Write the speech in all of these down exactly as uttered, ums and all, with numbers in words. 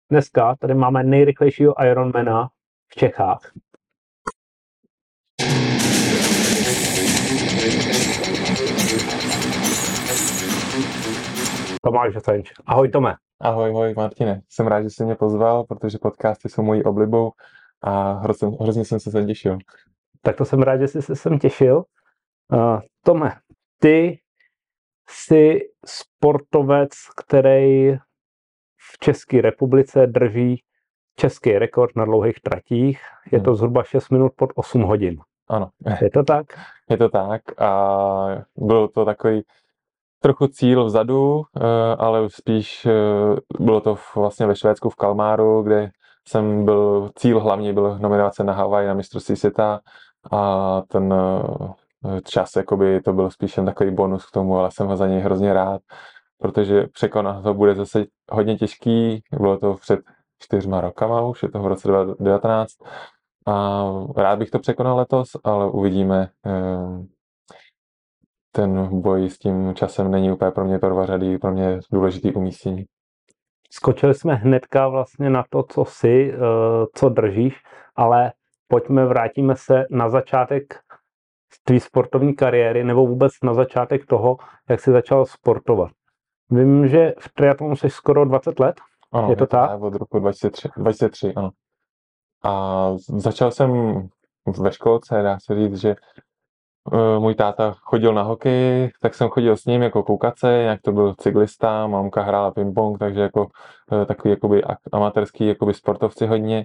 dneska tady máme nejrychlejšího Ironmana v Čechách. Tomáš Hocenč. Ahoj Tome. Ahoj, ahoj Martine. Jsem rád, že jsi mě pozval, protože podcasty jsou mojí oblibou a hrozně, hrozně jsem se sem těšil. Tak to jsem rád, že jsi se sem těšil. Uh, Tome, ty jsi sportovec, který v České republice drží český rekord na dlouhých tratích. Je to zhruba šest minut pod osm hodin. Ano. Je to tak? Je to tak a bylo to takový trochu cíl vzadu, ale spíš bylo to vlastně ve Švédsku v Kalmáru, kde jsem byl, cíl hlavně byl nominace na Havaj na mistrovství světa a ten čas, jakoby to byl spíš jen takový bonus k tomu, ale jsem ho za něj hrozně rád, protože překonat to bude zase hodně těžký, bylo to před čtyřma rokama už, je to v roce dva tisíce devatenáct a rád bych to překonal letos, ale uvidíme. Ten boj s tím časem není úplně pro mě prvořadý, pro mě důležitý umístění. Skočili jsme hnedka vlastně na to, co jsi, co držíš, ale pojďme, vrátíme se na začátek tvý sportovní kariéry, nebo vůbec na začátek toho, jak jsi začal sportovat. Vím, že v triatlonu jsi skoro dvacet let, ano, je to tak? Od roku dva tisíce tři, dva tisíce tři, ano. A začal jsem ve školce, dá se říct, že můj táta chodil na hokej, tak jsem chodil s ním jako koukace, jak to byl cyklista, mamka hrála ping-pong, takže jako takový jakoby amatérský jakoby sportovci hodně,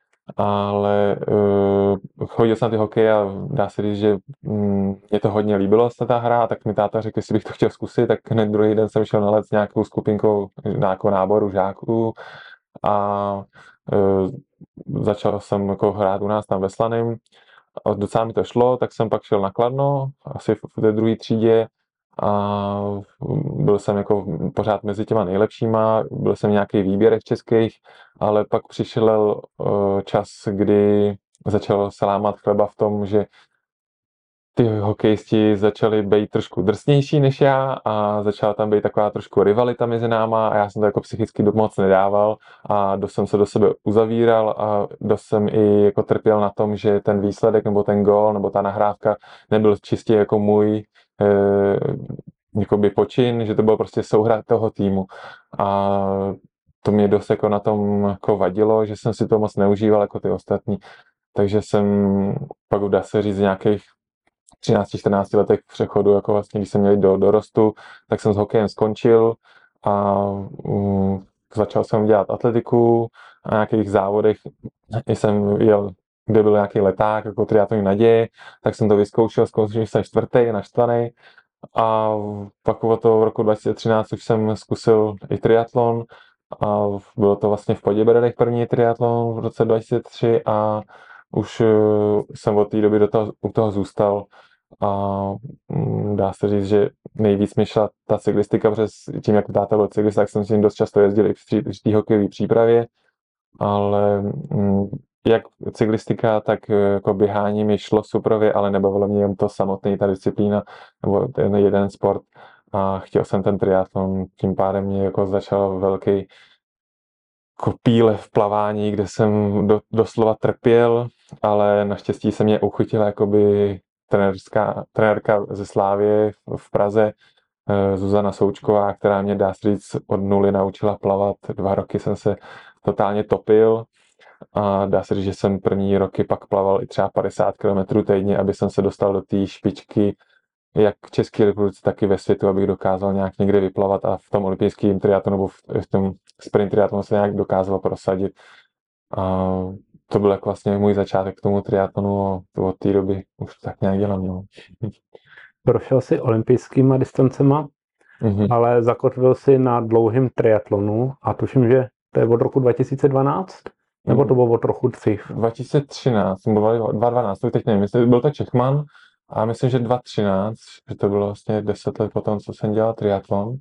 ale uh, chodil jsem na ty hokej a dá se říct, že mm, mě to hodně líbilo ta hra, tak mi táta řekl, jestli bych to chtěl zkusit, tak hned druhý den jsem šel na let s nějakou skupinkou nějakou náboru žáků a uh, začal jsem jako hrát u nás tam ve Slaném. A docela mi to šlo, tak jsem pak šel na Kladno, asi v té druhé třídě a byl jsem jako pořád mezi těma nejlepšíma, byl jsem v nějakých výběrech českých, ale pak přišel čas, kdy začalo se lámat chleba v tom, že ty hokejisti začali být trošku drsnější než já a začala tam být taková trošku rivalita mezi náma a já jsem to jako psychicky moc nedával a dost jsem se do sebe uzavíral a dost jsem i jako trpěl na tom, že ten výsledek nebo ten gól nebo ta nahrávka nebyl čistě jako můj eh, jakoby počin, že to byl prostě souhra toho týmu a to mě dost jako na tom jako vadilo, že jsem si to moc neužíval jako ty ostatní, takže jsem pak dá se říct nějakých třináct čtrnáct letech přechodu, jako vlastně, když jsem měl do dorostu, tak jsem s hokejem skončil a um, začal jsem dělat atletiku a na nějakých závodech jsem jel, kde byl nějaký leták, jako triatlon naděje, tak jsem to vyzkoušel, zkoušel jsem čtvrtý, naštvaný a pak od toho v roku dva tisíce třináct už jsem zkusil i triatlon a bylo to vlastně v Poděbradech první triatlon v roce dva tisíce tři a už uh, jsem od té doby do toho, u toho zůstal a um, dá se říct, že nejvíc mi šla ta cyklistika, přes tím, jak táta byl cyklista, tak jsem s ním dost často jezdil i při té hokejové přípravě, ale um, jak cyklistika, tak jako běhání mi šlo suprově, ale nebavilo mě jen to samotný, ta disciplína, nebo ten jeden sport a chtěl jsem ten triatlon, tím pádem mě jako začal velký kopíle v plavání, kde jsem do, doslova trpěl, ale naštěstí se mě uchytila jakoby trenérská, trenérka ze Slávie v Praze, Zuzana Součková, která mě, dá se říct, od nuly naučila plavat. Dva roky jsem se totálně topil a dá se říct, že jsem první roky pak plaval i třeba padesát kilometrů týdně, aby jsem se dostal do té špičky, jak v České republice, tak i ve světu, abych dokázal nějak někde vyplavat a v tom olympijském triatlonu nebo v tom sprint triatlonu se nějak dokázal prosadit. A to byl jak vlastně můj začátek k tomu triatlonu a od té doby už to tak nějak dělám. No. Prošel jsi olympijskýma distancema, mm-hmm. ale zakotvil si na dlouhým triatlonu a tuším, že to je od roku dva tisíce dvanáct? Nebo to bylo o trochu dřív? dva tisíce třináct, nebo dva tisíce dvanáct, to teď nevím, byl to Čechman a myslím, že dva tisíce třináct, že to bylo vlastně deset let potom, co jsem dělal triatlon.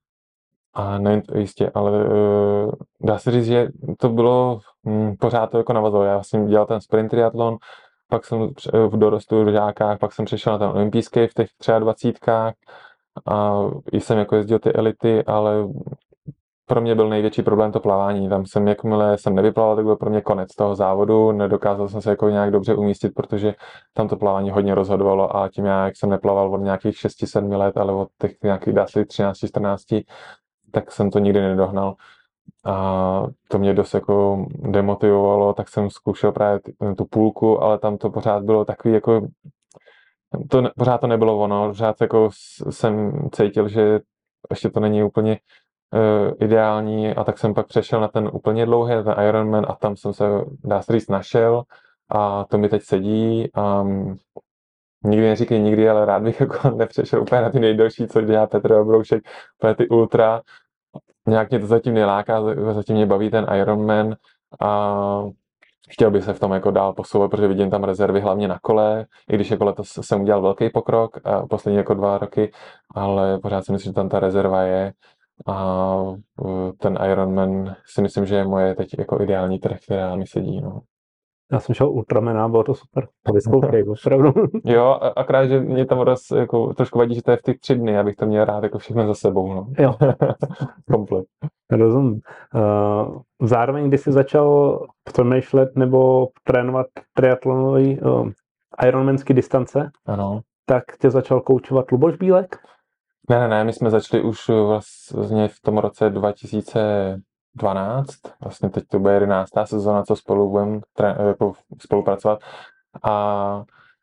A nevím to jistě, ale uh, dá se říct, že to bylo hm, pořád to jako navazovalo. Já jsem dělal ten sprint triatlon, pak jsem v dorostu v žákách, pak jsem přešel na ten olympijský v těch dvacítkách a jsem jako jezdil ty elity, ale pro mě byl největší problém to plavání. Tam jsem, jakmile jsem nevyplaval, tak byl pro mě konec toho závodu. Nedokázal jsem se jako nějak dobře umístit, protože tam to plavání hodně rozhodovalo a tím já, jak jsem neplaval od nějakých šesti sedmi let, ale od těch nějakých dá se třináct čtrnáct, tak jsem to nikdy nedohnal. A to mě dost jako demotivovalo, tak jsem zkoušel právě tu půlku, ale tam to pořád bylo takový jako, to, pořád to nebylo ono, pořád jako jsem cítil, že ještě to není úplně uh, ideální a tak jsem pak přešel na ten úplně dlouhý, ten Ironman a tam jsem se, dá se říct, našel a to mi teď sedí a um, nikdy neříkej nikdy, ale rád bych jako nepřešel úplně na ty nejdelší, co dělá Petr Obroušek, úplně ty ultra. Nějak mě to zatím neláká, zatím mě baví ten Ironman a chtěl bych se v tom jako dál posouvat, protože vidím tam rezervy hlavně na kole, i když jako letos jsem udělal velký pokrok, poslední jako dva roky, ale pořád si myslím, že tam ta rezerva je a ten Ironman si myslím, že je moje teď jako ideální trh, která mi sedí. No. Já jsem šel Ultramana, bylo to super. To vyzkoušej, opravdu. Jo, akorát, že mě tam roz, jako, trošku vadí, že to je v těch tři dny, abych to měl rád jako všechno za sebou. No. Jo. Komplet. Rozumím. Uh, zároveň, když jsi začal přemýšlet nebo trénovat triatlonový uh, ironmanský distance, Ano. tak tě začal koučovat Luboš Bílek? Ne, ne, ne, my jsme začali už vlastně v tom roce dva tisíce dvanáct, vlastně teď to bude jedenáctá sezóna, co spolu budeme jako spolupracovat a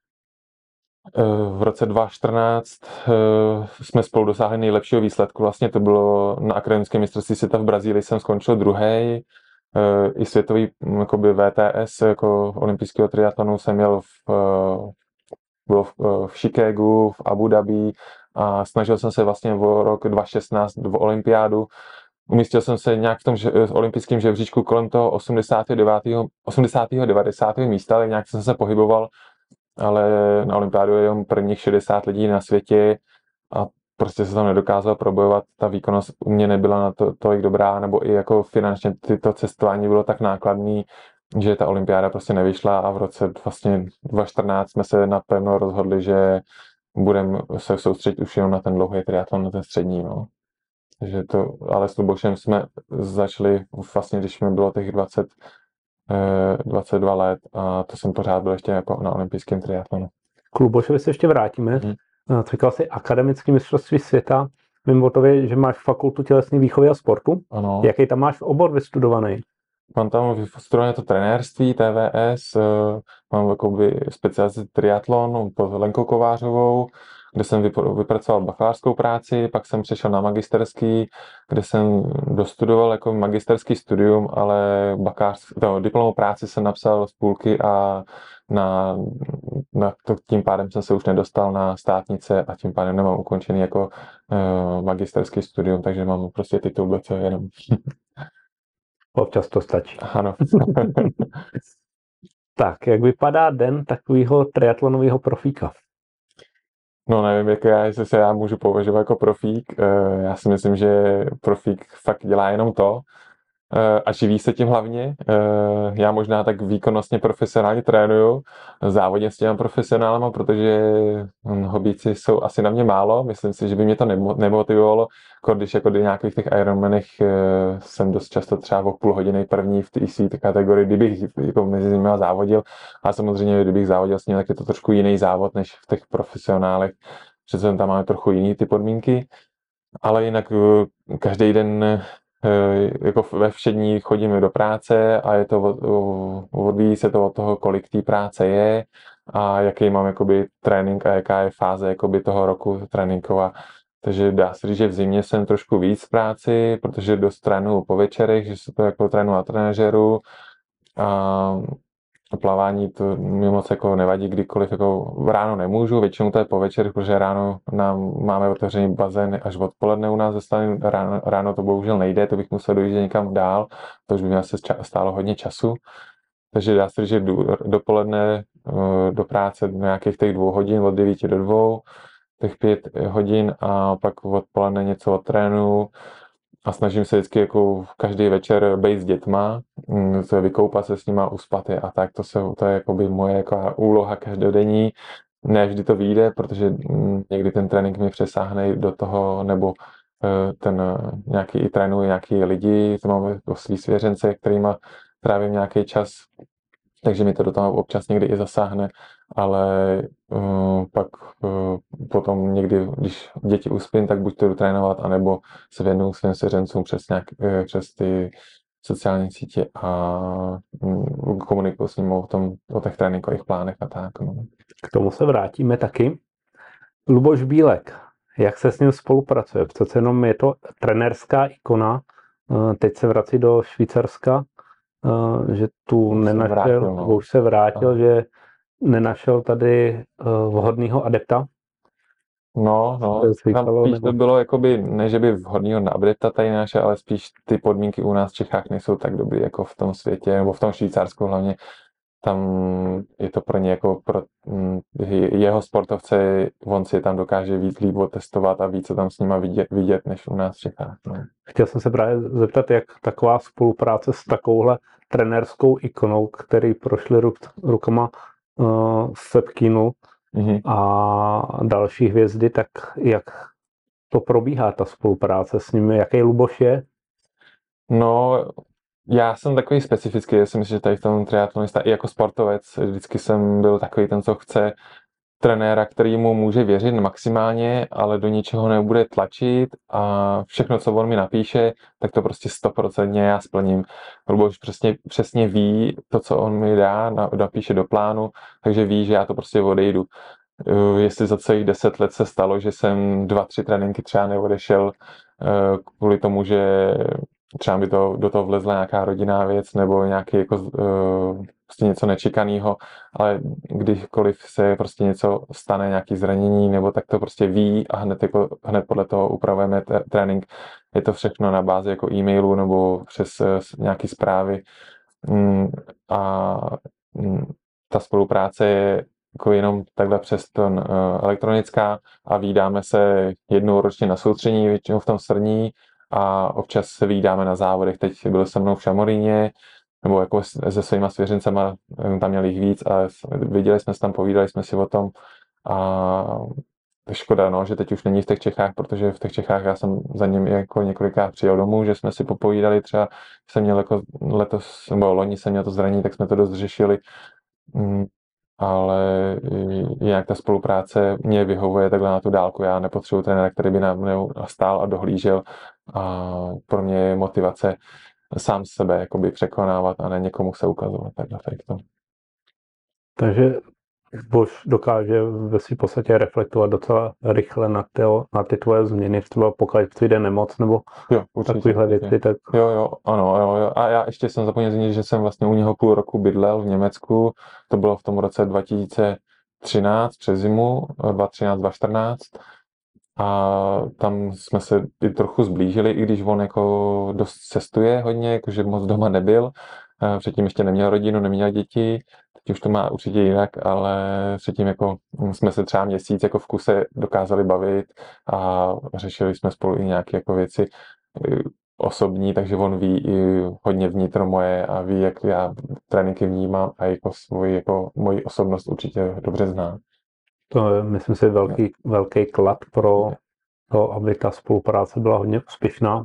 v roce dva tisíce čtrnáct jsme spolu dosáhli nejlepšího výsledku, vlastně to bylo na akademickém mistrovství světa v Brazílii, jsem skončil druhý, i světový jakoby V T S jako olympijského triatlonu jsem měl v, byl v, v Chicagu, v Abu Dhabi a snažil jsem se vlastně o rok dva tisíce šestnáct v olympiádu. Umístil jsem se nějak v tom že, olympijském žebříčku kolem toho osmdesátého devátého osmdesátého devadesátého místa, ale nějak jsem se pohyboval, ale na olympiádu je jen prvních šedesát lidí na světě a prostě se tam nedokázal probojovat. Ta výkonnost u mě nebyla na to tolik dobrá, nebo i jako finančně tyto cestování bylo tak nákladný, že ta olympiáda prostě nevyšla a v roce vlastně dva tisíce čtrnáct jsme se napevno rozhodli, že budeme se soustředit už jenom na ten dlouhý triatlon, na ten střední. No. Takže to, ale s Lubošem jsme začali vlastně, když mi bylo těch dvacet, dvacet dva let a to jsem pořád byl ještě jako na olympijském triatlonu. K Lubošovi se ještě vrátíme. Hmm. Říkal jsi akademické mistrovství světa. Vím o tobě, že máš fakultu tělesné výchovy a sportu. Ano. Jaký tam máš obor vystudovaný? Mám tam vystudované to trenérství, T V S, mám jakoby specializaci triatlon pod Lenkou Kovářovou, kde jsem vypracoval bakalářskou práci, pak jsem přešel na magisterský, kde jsem dostudoval jako magisterský studium, ale bakalář, no, diplomovou práci jsem napsal z půlky a na, na to, tím pádem jsem se už nedostal na státnice a tím pádem nemám ukončený jako uh, magisterský studium, takže mám prostě titul B C jenom. Občas to stačí. Ano. Tak, jak vypadá den takového triatlonového profíka? No nevím, jak já, jestli se já můžu považovat jako profík. Já si myslím, že profík fakt dělá jenom to a živí se tím hlavně. Já možná tak výkonnostně profesionálně trénuju, závodně s těma profesionálama, protože hobíci jsou asi na mě málo. Myslím si, že by mě to nemotivovalo, když jako do nějakých těch Ironmanech jsem dost často třeba o půl hodiny první v té své kategorii, kdybych jako mezi nimi závodil. A samozřejmě, kdybych závodil s ním, tak je to trošku jiný závod než v těch profesionálech. Přece tam máme trochu jiný ty podmínky. Ale jinak každý den jako ve všední chodíme do práce a je to odvíjí se to od toho, kolik té práce je a jaký mám jakoby trénink a jaká je fáze jakoby toho roku tréninková. Takže dá se říct, že v zimě jsem trošku víc v práci, protože dost trénuju po večerech, že se to jako trénuju na trenažeru a plavání to mi moc jako nevadí, kdykoliv jako ráno nemůžu, většinou to je po večerech, protože ráno nám máme otevřený bazén až odpoledne u nás zastane, ráno, ráno to bohužel nejde, to bych musel dojít někam dál, to už by mě se stálo hodně času, takže dá se říct, že jdu dopoledne do práce do nějakých těch dvou hodin, od devíti do dvou, těch pět hodin a pak odpoledne něco odtrénuju a snažím se vždycky jako každý večer být s dětma, to je vykoupat se s nima, uspat je a tak, to, se, to je jakoby moje jako úloha každodenní. Ne vždy to vyjde, protože někdy ten trénink mi přesáhne do toho, nebo ten nějaký i trénuje nějaký lidi, to máme svý svěřence, kterýma trávím nějaký čas, takže mi to do toho občas někdy i zasáhne, ale uh, pak uh, potom někdy, když děti uspím, tak buď to jdu trénovat, anebo se věnuju svým svěřencům přes, nějak, uh, přes ty sociální sítě a um, komunikuju s nimi o, tom, o těch tréninkových plánech a tak. No. K tomu se vrátíme taky. Luboš Bílek, jak se s ním spolupracuje? Přece jenom je to trenérská ikona, teď se vrací do Švýcarska, že tu už nenašel, vrátil, no. už se vrátil, Aha. že nenašel tady vhodného adepta. No, no, tam spíš to bylo jakoby, ne že by vhodného adepta tady našel, ale spíš ty podmínky u nás v Čechách nejsou tak dobrý jako v tom světě, nebo v tom Švýcarsku hlavně. Tam je to pro ně jako pro jeho sportovce, on si tam dokáže víc líp otestovat a víc co tam s nima vidět, vidět než u nás v Čechách. No. Chtěl jsem se právě zeptat, jak taková spolupráce s takovouhle trenérskou ikonou, který prošli ruk, rukama uh, Sepkinu mm-hmm. a další hvězdy, tak jak to probíhá, ta spolupráce s nimi, jaký Luboš je? No, já jsem takový specifický, já si myslím, že tady v tom triatlonista i jako sportovec vždycky jsem byl takový ten, co chce trenéra, který mu může věřit maximálně, ale do ničeho nebude tlačit a všechno, co on mi napíše, tak to prostě stoprocentně já splním. Luboš přesně, přesně ví to, co on mi dá, napíše do plánu, takže ví, že já to prostě odejdu. Jestli za celých deset let se stalo, že jsem dva, tři tréninky třeba neodešel kvůli tomu, že třeba by to, do toho vlezla nějaká rodinná věc nebo nějaký jako uh, prostě něco nečekaného, ale kdykoliv se prostě něco stane, nějaký zranění, nebo tak to prostě ví a hned, jako, hned podle toho upravujeme t- trénink. Je to všechno na bázi jako e-mailu nebo přes uh, nějaký zprávy mm, a mm, ta spolupráce je jako jenom takhle přes ten uh, elektronická a vídáme se jednou ročně na soustředění, většinou v tom srní, a občas se vídáme na závodech. Teď byl se mnou v Šamoríně, nebo jako se svýma svěřencema, tam měli jich víc a viděli jsme se tam, povídali jsme si o tom a škoda, no, že teď už není v těch Čechách, protože v těch Čechách já jsem za ním jako několikrát přijel domů, že jsme si popovídali, třeba jsem měl jako letos, nebo loni jsem měl to zranění, tak jsme to dost řešili, ale jak ta spolupráce mě vyhovuje takhle na tu dálku, já nepotřebuji trenéra, který by na mnou stál a dohlížel a pro mě je motivace sám sebe jakoby překonávat a ne někomu se ukazovat takhle to. Takže Bož dokáže ve své podstatě reflektovat docela rychle na, ty, na ty tvoje změny, třeba pokud přijde nemoc nebo jo, takovýhle věci. Tak... Jo, jo, ano, jo, jo. A já ještě jsem zapomněl zmínit, že jsem vlastně u něho půl roku bydlel v Německu, to bylo v tom roce dva tisíce třináct přes zimu, dva tisíce třináct dva tisíce čtrnáct. A tam jsme se i trochu zblížili, i když on jako dost cestuje hodně, jakože moc doma nebyl. Předtím ještě neměl rodinu, neměl děti, teď už to má určitě jinak, ale předtím jako jsme se třeba měsíc jako v kuse dokázali bavit a řešili jsme spolu i nějaké jako věci osobní, takže on ví i hodně vnitro moje a ví, jak já tréninky vnímám a jako svoji, jako moji osobnost určitě dobře zná. To je, myslím si, velký, velký klad pro to, aby ta spolupráce byla hodně úspěšná.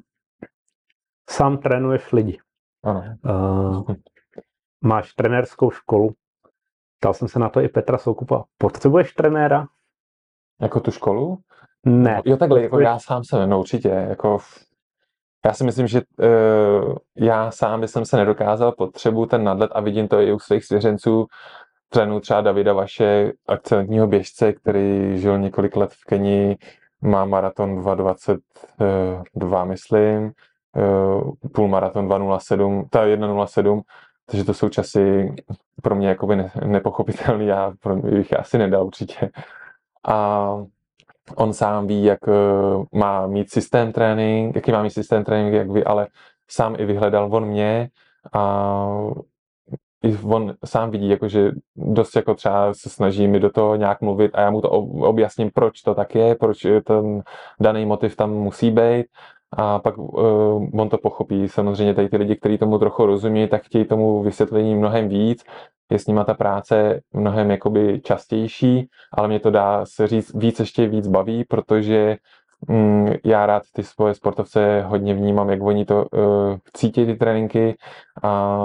Sám trénuješ lidi. Ano. Uh, máš trenérskou školu. Ptal jsem se na to i Petra Soukupa. Potřebuješ trenéra? Jako tu školu? Ne. Jo, takhle, jako já sám jsem, no určitě. Jako, já si myslím, že uh, já sám bych se nedokázal, potřebuji ten nadhled a vidím to i u svých svěřenců. Trénuji třeba Davida Vaše, akcentního běžce, který žil několik let v Keni, má maraton dva dvacet dva, myslím, půlmaraton dva nula sedm, ta jedna nula sedm, takže to jsou časy pro mě jakoby ne, nepochopitelný, já pro mě bych asi nedal určitě. A on sám ví, jak má mít systém trénink, jaký má mít systém trénink, jak vy, ale sám i vyhledal on mě a i on sám vidí, jakože dost jako třeba se snaží mi do toho nějak mluvit a já mu to objasním, proč to tak je, proč ten daný motiv tam musí být a pak uh, on to pochopí. Samozřejmě tady ty lidi, kteří tomu trochu rozumí, tak chtějí tomu vysvětlení mnohem víc, je s nima ta práce mnohem jakoby častější, ale mě to dá se říct víc ještě víc baví, protože Mm, já rád ty svoje sportovce hodně vnímám, jak oni to uh, cítí ty tréninky a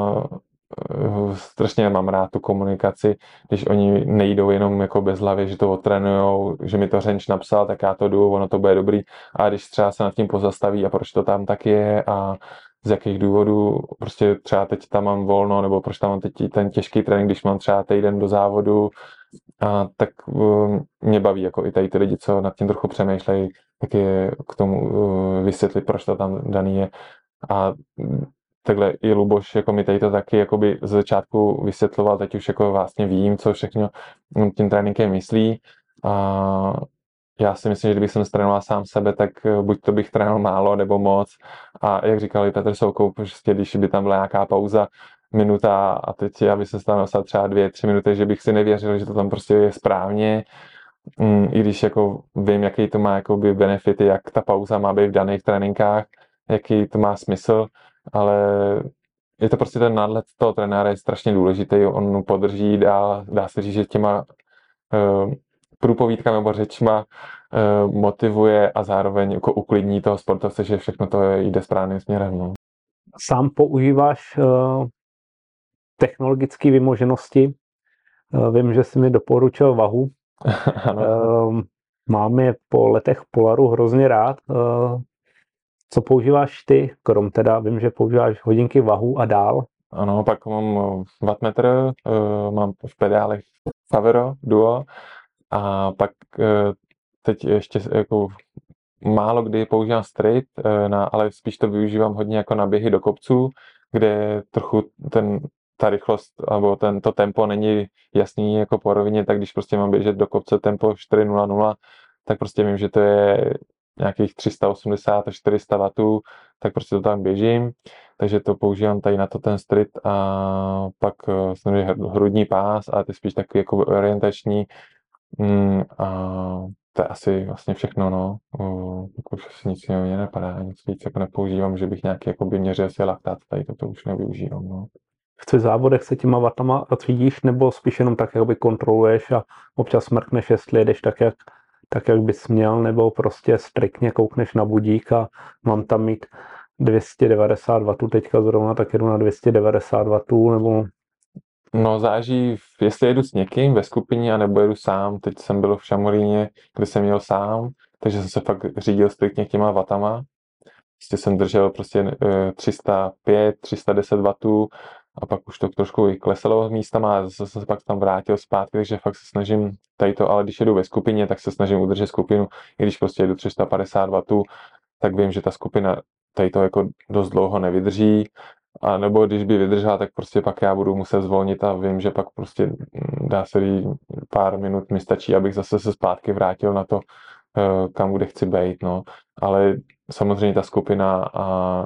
uh, strašně mám rád tu komunikaci, když oni nejdou jenom jako bez hlavy, že to odtrénujou, že mi to Řenč napsal, tak já to jdu, ono to bude dobrý, a když třeba se nad tím pozastaví a proč to tam tak je a z jakých důvodů, prostě třeba teď tam mám volno, nebo proč tam mám teď ten těžký trénink, když mám třeba týden do závodu, a tak uh, mě baví jako i tady ty lidi, co nad tím trochu přemýšlejí, tak je k tomu uh, vysvětlit, proč to tam daný je. A takhle i Luboš jako mi tady to taky jakoby z začátku vysvětloval, teď už jako vlastně vím, co všechno tím tréninkem myslí. A já si myslím, že kdybych jsem trénoval sám sebe, tak buď to bych trénoval málo nebo moc. A jak říkal i Petr Soukup, prostě když by tam byla nějaká pauza, minuta a teď já bych se tam dostal třeba dvě, tři minuty, že bych si nevěřil, že to tam prostě je správně. Mm, I když jako vím, jaký to má jakoby benefity, jak ta pauza má být v daných tréninkách, jaký to má smysl, ale je to prostě ten nadhled toho trenéra je strašně důležitý, on podrží, dá, dá se říct, že těma uh, průpovídkami nebo řečma uh, motivuje a zároveň jako uklidní toho sportovce, že všechno to jde správným směrem. No. Sám používáš uh, technologické vymoženosti. Uh, vím, že jsi mi doporučil Vahu. uh, mám je po letech Polaru hrozně rád. Uh, co používáš ty, krom teda, vím, že používáš hodinky Vahu a dál? Ano, pak mám wattmetr, uh, mám v pedálech Favero Duo a pak uh, teď ještě jako málo kdy používám Stryd, uh, na, ale spíš to využívám hodně jako na běhy do kopců, kde trochu ten, ta rychlost nebo ten, to tempo není jasný jako po rovině, tak když prostě mám běžet do kopce tempo čtyři nula nula, tak prostě vím, že to je nějakých tři sta osmdesát až čtyři sta wattů, tak prostě to tam běžím, takže to používám tady na to ten Stryd a pak samozřejmě hrudní pás, ale to je spíš takový jako orientační mm, a to je asi vlastně všechno, no. Uh, už nic jiného mě nepadá, nic víc jako nepoužívám, že bych nějaký jako by měřil si laktát, tady to, to už nevyužívám, no. V těch závodech se těma vatama řídíš, nebo spíš jenom tak, jak by kontroluješ a občas mrkneš, jestli jedeš tak, jak, tak, jak bys měl, nebo prostě striktně koukneš na budík a mám tam mít dvě stě devadesát wattů teďka zrovna, tak jedu na dvě stě devadesát wattů, nebo... No záží, jestli jedu s někým ve skupině, anebo jedu sám. Teď jsem byl v Šamoríně, kde jsem jel sám, takže jsem se fakt řídil striktně těma vatama. Prostě jsem držel prostě tři sta pět, tři sta deset wattů a pak už to trošku i klesalo místama a zase jsem se pak tam vrátil zpátky, takže fakt se snažím tady to, ale když jedu ve skupině, tak se snažím udržet skupinu, i když prostě jedu tři sta padesát wattů, tak vím, že ta skupina tady to jako dost dlouho nevydrží, a nebo když by vydržela, tak prostě pak já budu muset zvolnit a vím, že pak prostě dá se říct pár minut mi stačí, abych zase se zpátky vrátil na to, kam kde chci být, no. Ale samozřejmě ta skupina a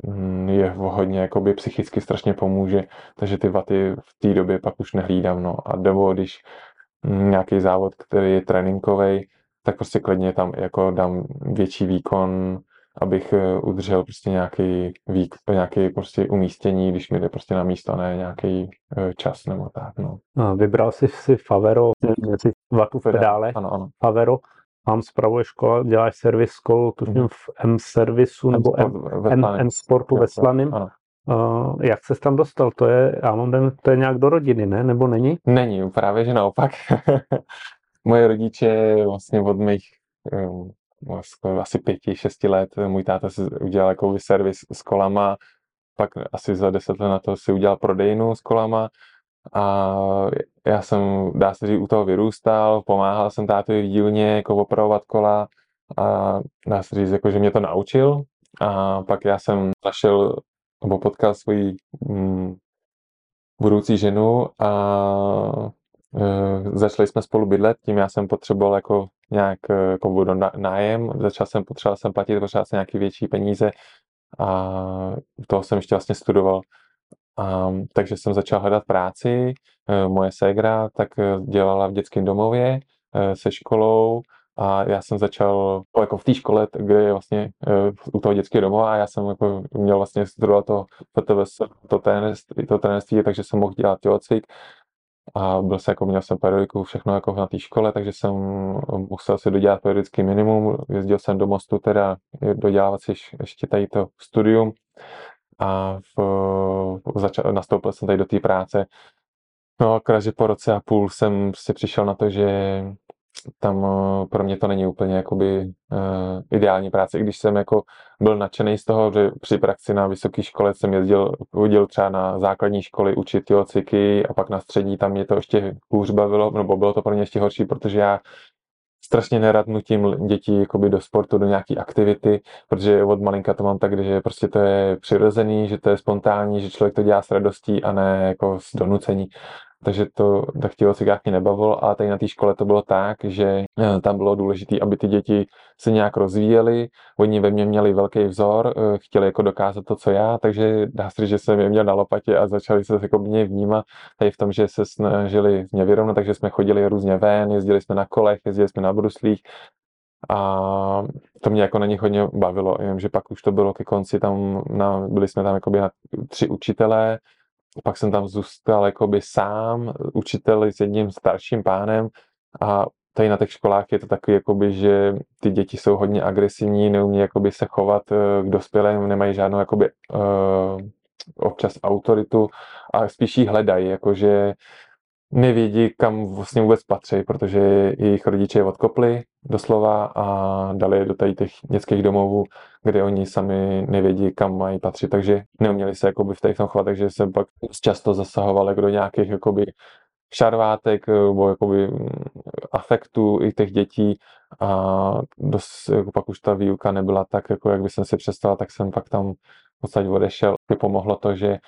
je hodně jakoby psychicky strašně pomůže, takže ty vaty v té době pak už nehlídám, no. A nebo když nějaký závod, který je tréninkový, tak prostě klidně tam jako dám větší výkon, abych udržel prostě nějaký výk, nějaký prostě umístění, když mi jde prostě na místo, a ne nějaký čas nebo tak, no. No, vybral jsi si Favero, jsi vatů v pedále, ano, ano. Favero, mám spravuje škola, děláš servis školu, tuším v M-servisu nebo M-sportu ve Slaným. Uh, jak ses tam dostal? To je, já mám ten, to je nějak do rodiny, ne? Nebo není? Není, právě že naopak. Moje rodiče vlastně od mých um, vlastně asi pěti, šesti let, můj táta si udělal jako servis s kolama, pak asi za deset let na to si udělal prodejnu s kolama a já jsem, dá se říct, u toho vyrůstal, pomáhal jsem tátovi v dílně jako opravovat kola a dá se říct, jako, že mě to naučil a pak já jsem našel nebo potkal svoji mm, budoucí ženu a e, začali jsme spolu bydlet, tím já jsem potřeboval jako nějak jako budu nájem, začal jsem, potřeboval jsem platit, potřeboval jsem nějaký větší peníze a toho jsem ještě vlastně studoval. A, takže jsem začal hledat práci, e, moje ségra tak dělala v dětském domově e, se školou a já jsem začal jako v té škole, kde je vlastně e, u toho dětského domova a já jsem jako měl vlastně studovat to P T V S, to trenérství, to trenérství, takže jsem mohl dělat tělocvik a byl jsem jako, měl jsem periodiku, všechno jako na té škole, takže jsem musel si dodělat periodický minimum, jezdil jsem do Mostu teda dodělávat si ještě tady to studium a v, začal, nastoupil jsem tady do té práce. No akorát, že po roce a půl jsem prostě přišel na to, že tam pro mě to není úplně jakoby uh, ideální práce, i když jsem jako byl nadšený z toho, že při praxi na vysoké škole jsem jezdil, chodil třeba na základní školy učit tělocviky a pak na střední tam mě to ještě hůř bavilo, nebo bylo to pro mě ještě horší, protože já strašně nerad nutím děti jakoby do sportu, do nějaký aktivity, protože od malinka to mám tak, že prostě to je přirozený, že to je spontánní, že člověk to dělá s radostí a ne jako s donucení. Takže to tak tělocvik mě nebavilo a tady na té škole to bylo tak, že tam bylo důležité, aby ty děti se nějak rozvíjely, oni ve mně měli velký vzor, chtěli jako dokázat to, co já, takže dá se říct, že jsem je měl na lopatě a začali se jako mě vnímat tady v tom, že se snažili mě vyrovnat, takže jsme chodili různě ven, jezdili jsme na kolech, jezdili jsme na bruslích a to mě jako na nich hodně bavilo, jenomže pak už to bylo ke konci, tam na, byli jsme tam jakoby na tři učitelé, pak jsem tam zůstal jakoby sám, učitel s jedním starším pánem a tady na těch školách je to takový, jakoby, že ty děti jsou hodně agresivní, neumí jakoby se chovat k dospělým, nemají žádnou jakoby, uh, občas autoritu a spíš jí hledají, jakože nevědí, kam vlastně vůbec patří, protože jejich rodiče je odkopli doslova a dali je do tady těch dětských domovů, kde oni sami nevědí, kam mají patřit, takže neuměli se jakoby v tom chovat, takže jsem pak často zasahoval jako do nějakých jakoby šarvátek nebo jakoby afektů i těch dětí a dost, jako pak už ta výuka nebyla tak, jako jak by jsem si představil, tak jsem pak tam v podstatě odešel. Mě pomohlo to, že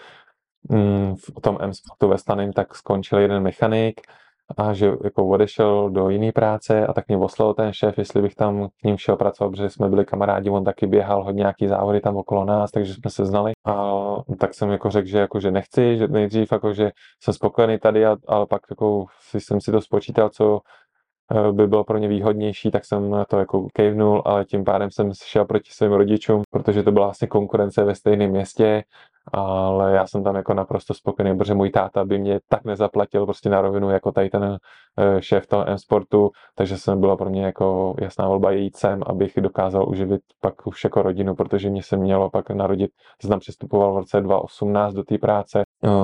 v tom M-sportu ve Staným tak skončil jeden mechanik a že jako odešel do jiné práce a tak mě oslovil ten šéf, jestli bych tam k ním šel pracovat, protože jsme byli kamarádi, on taky běhal hodně nějaký závody tam okolo nás, takže jsme se znali a tak jsem jako řekl, že, jako, že nechci, že nejdřív jako, že jsem spokojený tady, a, ale pak jako jsem si to spočítal, co by bylo pro ně výhodnější, tak jsem to jako kejvnul, ale tím pádem jsem šel proti svým rodičům, protože to byla vlastně konkurence ve stejném městě, ale já jsem tam jako naprosto spokojený, protože můj táta by mě tak nezaplatil prostě na rovinu jako tady ten šéf toho M-sportu, takže jsem byla pro mě jako jasná volba jít sem, abych dokázal uživit pak už jako rodinu, protože mě se mělo pak narodit, jsem tam přestupoval v roce dva tisíce osmnáct do té práce,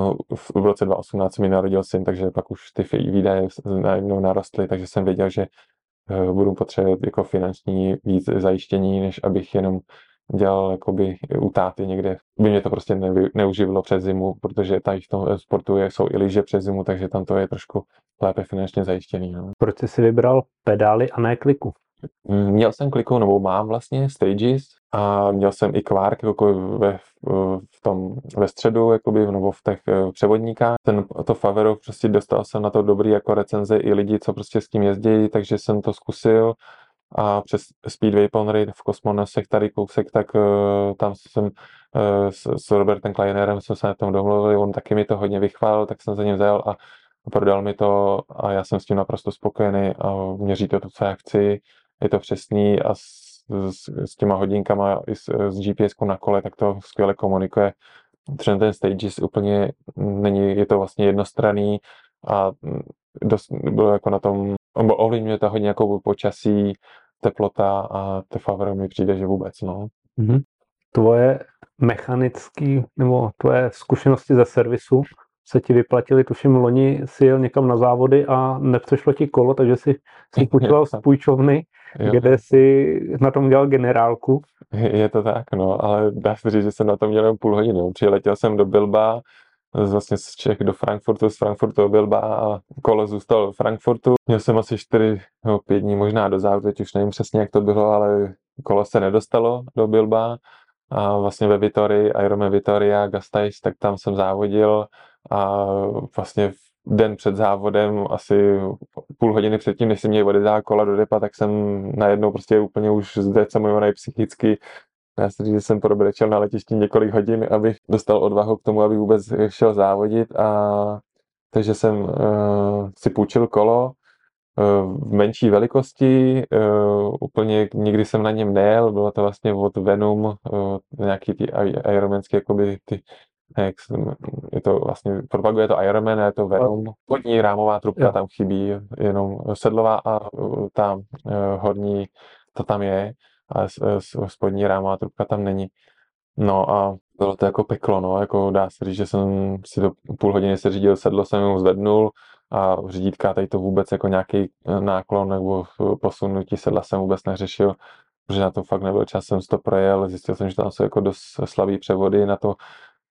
v roce dva tisíce osmnáct mi narodil syn, takže pak už ty výdaje najednou narostly, takže jsem věděl, že budu potřebovat jako finanční víc zajištění, než abych jenom dělal jakoby u táty někde. By mě to prostě nevy, neuživilo přes zimu, protože tady v tom sportu je, jsou i lyže přes zimu, takže tam to je trošku lépe finančně zajištěný. No. Proč jsi si vybral pedály a ne kliku? Měl jsem kliku, nebo mám vlastně Stages a měl jsem i Quark jako ve, v tom, ve středu, jakoby, nebo v těch převodníkách. Ten, to Favero, prostě dostal jsem na to dobrý jako recenze i lidi, co prostě s tím jezdí, takže jsem to zkusil. A přes Speedway Ponry v Kosmonosech tady kousek, tak uh, tam jsem uh, s, s Robertem Kleinerem jsme se na tom domluvili, on taky mi to hodně vychválil, tak jsem za ním vzal a prodal mi to a já jsem s tím naprosto spokojený a měří to to, co já chci, je to přesný a s, s, s těma hodinkama i s, s G P S kou na kole, tak to skvěle komunikuje. Třeba ten Stages úplně není, je to vlastně jednostranný a dost bylo jako na tom, ovlivňuje to hodně jako počasí, teplota a te Favero mi přijde, že vůbec, no. Mm-hmm. Tvoje mechanický, nebo tvoje zkušenosti ze servisu se ti vyplatily, tuším, loni si jel někam na závody a nepřešlo ti kolo, takže si, si půjčoval z půjčovny, jo, kde si na tom dělal generálku. Je, je to tak, no, ale dá se říct, že jsem na tom měl půl hodiny. Přiletěl jsem do Bilba, vlastně z Čech do Frankfurtu, z Frankfurtu do Bilba a kolo zůstalo v Frankfurtu. Měl jsem asi čtyři nebo pět dní možná do závodu, teď už nevím přesně, jak to bylo, ale kolo se nedostalo do Bilba a vlastně ve Vitorii, Ironman Vitoria, Gasteiz, tak tam jsem závodil a vlastně den před závodem, asi půl hodiny předtím, než si měli odezát kola do depa, tak jsem najednou prostě úplně už zdecimovaný psychicky. Já si říct, že jsem probrečel na letišti několik hodin, abych dostal odvahu k tomu, aby vůbec šel závodit a takže jsem uh, si půjčil kolo uh, v menší velikosti, uh, úplně nikdy jsem na něm nejel, bylo to vlastně od Venom, uh, nějaký ty ironmanský, jakoby ty jak jsem, je to vlastně, propaguje to Ironman, je to Venom, spodní rámová trubka Jo. tam chybí, jenom sedlová a uh, ta uh, horní, to tam je, a s- s- spodní rámová trubka tam není. No a bylo to jako peklo, no, jako dá se říct, že jsem si to půl hodiny se řídil, sedlo jsem mu zvednul a řídítka tady to vůbec jako nějaký náklon nebo posunutí sedla jsem vůbec neřešil, protože na to fakt nebyl čas, jsem si to projel, zjistil jsem, že tam jsou jako dost slabý převody na to,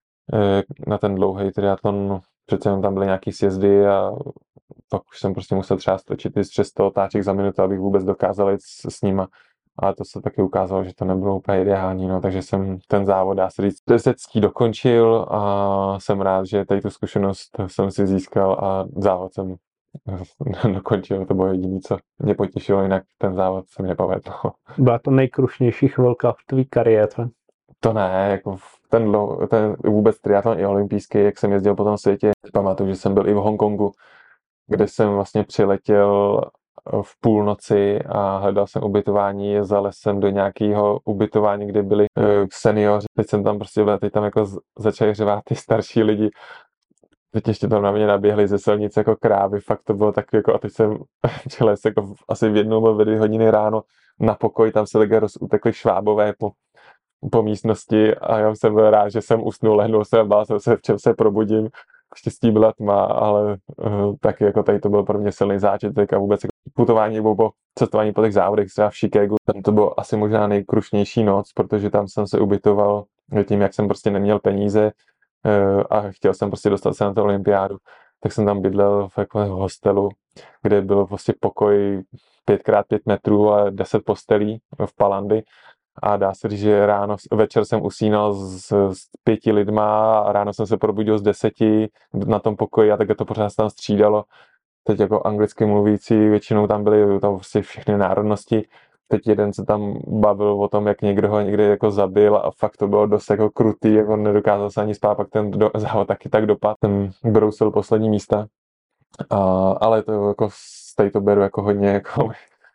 na ten dlouhý triatlon, přece jenom tam byly nějaký sjezdy a pak už jsem prostě musel třeba stočit i přes sto otáček za minutu, abych vůbec dokázal jít s, s nima. Ale to se taky ukázalo, že to nebylo úplně ideální, no, takže jsem ten závod, dá se říct, desetský dokončil a jsem rád, že tady tu zkušenost jsem si získal a závod jsem dokončil, to bylo jediné, co mě potěšilo, jinak ten závod se mi nepovedl. Byla to nejkrušnější chvilka v tvý kariéře? To ne, jako ten, dlou, ten vůbec triatlon i olympijský, jak jsem jezdil po tom světě, pamatuju, že jsem byl i v Hongkongu, kde jsem vlastně přiletěl v půlnoci a hledal jsem ubytování, zalez jsem do nějakého ubytování, kde byli uh, seniori. Teď jsem tam prostě byl, teď tam jako z, začali řvát ty starší lidi. Teď ještě tam na mě naběhli ze silnice jako krávy, fakt to bylo tak jako, a teď jsem čelil jako v, asi v jednou nebo ve dvě hodiny ráno na pokoj, tam se lidé rozutekli švábové po, po místnosti a já jsem byl rád, že jsem usnul, lehnul jsem, bál jsem se, v čem se probudím. Štěstí byla tma, ale uh, taky jako tady to byl pro mě silný zážitek a vůbec jako putování nebo po cestování po těch závodech třeba v Chicagu, tam to bylo asi možná nejkrušnější noc, protože tam jsem se ubytoval tím, jak jsem prostě neměl peníze uh, a chtěl jsem prostě dostat se na tu olympiádu, tak jsem tam bydlel v jako hostelu, kde byl prostě pokoj pět krát pět metrů a deset postelí v Palandy. A dá se říct, že ráno, večer jsem usínal s, s pěti lidma a ráno jsem se probudil z deseti na tom pokoji a tak to pořád se tam střídalo. Teď jako anglicky mluvící, většinou tam byly tam prostě všechny národnosti. Teď jeden se tam bavil o tom, jak někdo ho někdy jako zabil a fakt to bylo dost jako krutý, jako nedokázal se ani spát, pak ten do, závod taky tak dopad. Ten brousil poslední místa. A, ale to jako z tady to beru jako hodně jako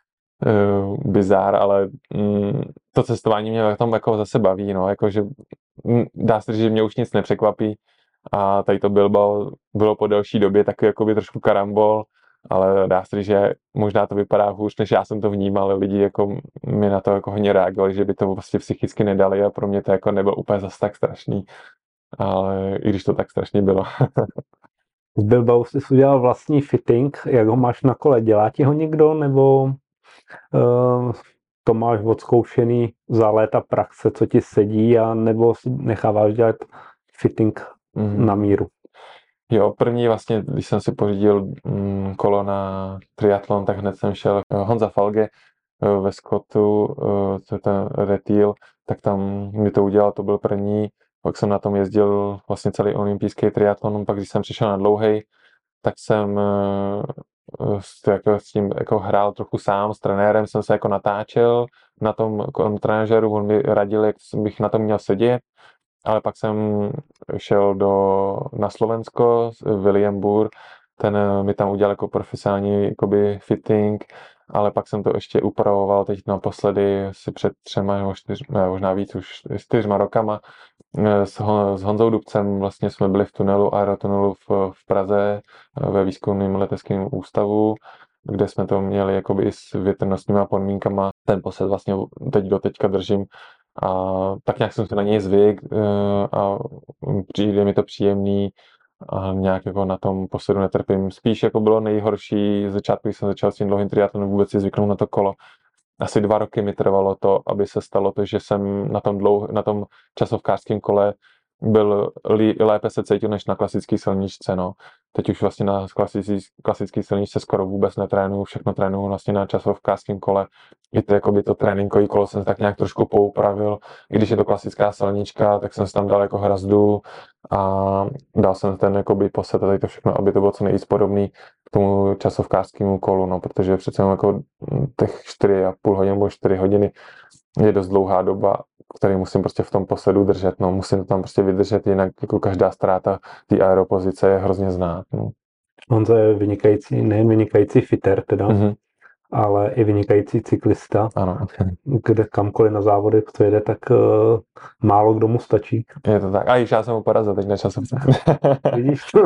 Uh, bizár, ale mm, to cestování mě tam jako zase baví, no, jakože mm, dá se říct, že mě už nic nepřekvapí a tady to Bilbao bylo po delší době taky jakoby trošku karambol, ale dá se říct, že možná to vypadá hůř, než já jsem to vnímal, lidi jako mi na to jako hodně reagovali, že by to vlastně psychicky nedali a pro mě to jako nebylo úplně zase tak strašný, ale i když to tak strašně bylo. V Bilbao jsi udělal vlastní fitting, jak ho máš na kole, dělá ti ho někdo, nebo uh, to máš odzkoušený za léta praxe, co ti sedí, a nebo si necháváš dělat fitting mm. na míru? Jo, první vlastně, když jsem si pořídil mm, kolo na triatlon, tak hned jsem šel Honza Falge ve Scottu, to je ten Retail, tak tam mi to udělal, to byl první, pak jsem na tom jezdil vlastně celý olympijský triatlon, pak když jsem přišel na dlouhej, tak jsem s, jako, s tím jako hrál trochu sám, s trenérem jsem se jako natáčel na tom trenéžeru, on mi radil, jak bych na tom měl sedět, ale pak jsem šel do, na Slovensko, William Burr, ten mi tam udělal jako profesionální jakoby fitting, ale pak jsem to ještě upravoval teď naposledy si před třema nebo čtyř, ne, možná víc, už čtyřma rokama s, Hon, s Honzou Dubcem vlastně jsme byli v tunelu, aerotunelu v, v Praze ve výzkumném leteckém ústavu, kde jsme to měli jakoby i s větrnostníma podmínkama. Ten posed vlastně teď do teďka držím a tak nějak jsem se na něj zvyk a přijde mi to příjemný a nějak jako na tom posedu netrpím. Spíš jako bylo nejhorší z začátku, když jsem začal s tím dlouhým triatlonem, vůbec si zvyknout na to kolo. Asi dva roky mi trvalo to, aby se stalo to, že jsem na tom, dlouh, na tom časovkářském kole byl lí, lépe se cítil než na klasické silničce. No. Teď už vlastně na klasické silničce skoro vůbec netrénuju, všechno trénuju vlastně na časovkářském kole. I to, jakoby to tréninkový kolo jsem tak nějak trošku poupravil. I když je to klasická silnička, tak jsem si tam dal jako hrazdu a dal jsem ten jakoby posed a tady to všechno, aby to bylo co nejvíc podobný k tomu časovkářskému kolu, no, protože přece jako těch čtyři a půl hodiny nebo čtyři hodiny je dost dlouhá doba, který musím prostě v tom posedu držet, no, musím to tam prostě vydržet, jinak jako každá ztráta té aeropozice je hrozně znát, no. Honza je vynikající, nejen vynikající fitter teda, mm-hmm. ale i vynikající cyklista, Ano. kde kamkoliv na závody přijede, tak uh, málo kdo mu stačí. Je to tak. A již já jsem ho porazil teď na časovce. Vidíš to?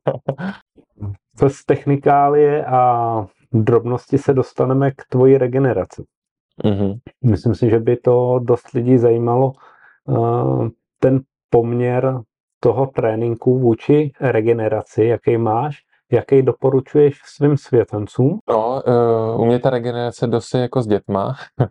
Přes technikálie a drobnosti se dostaneme k tvojí regeneraci. Mm-hmm. Myslím si, že by to dost lidí zajímalo, uh, ten poměr toho tréninku vůči regeneraci, jaký máš, jaký doporučuješ svým světencům? No, uh, u mě ta regenerace dost je jako s dětma.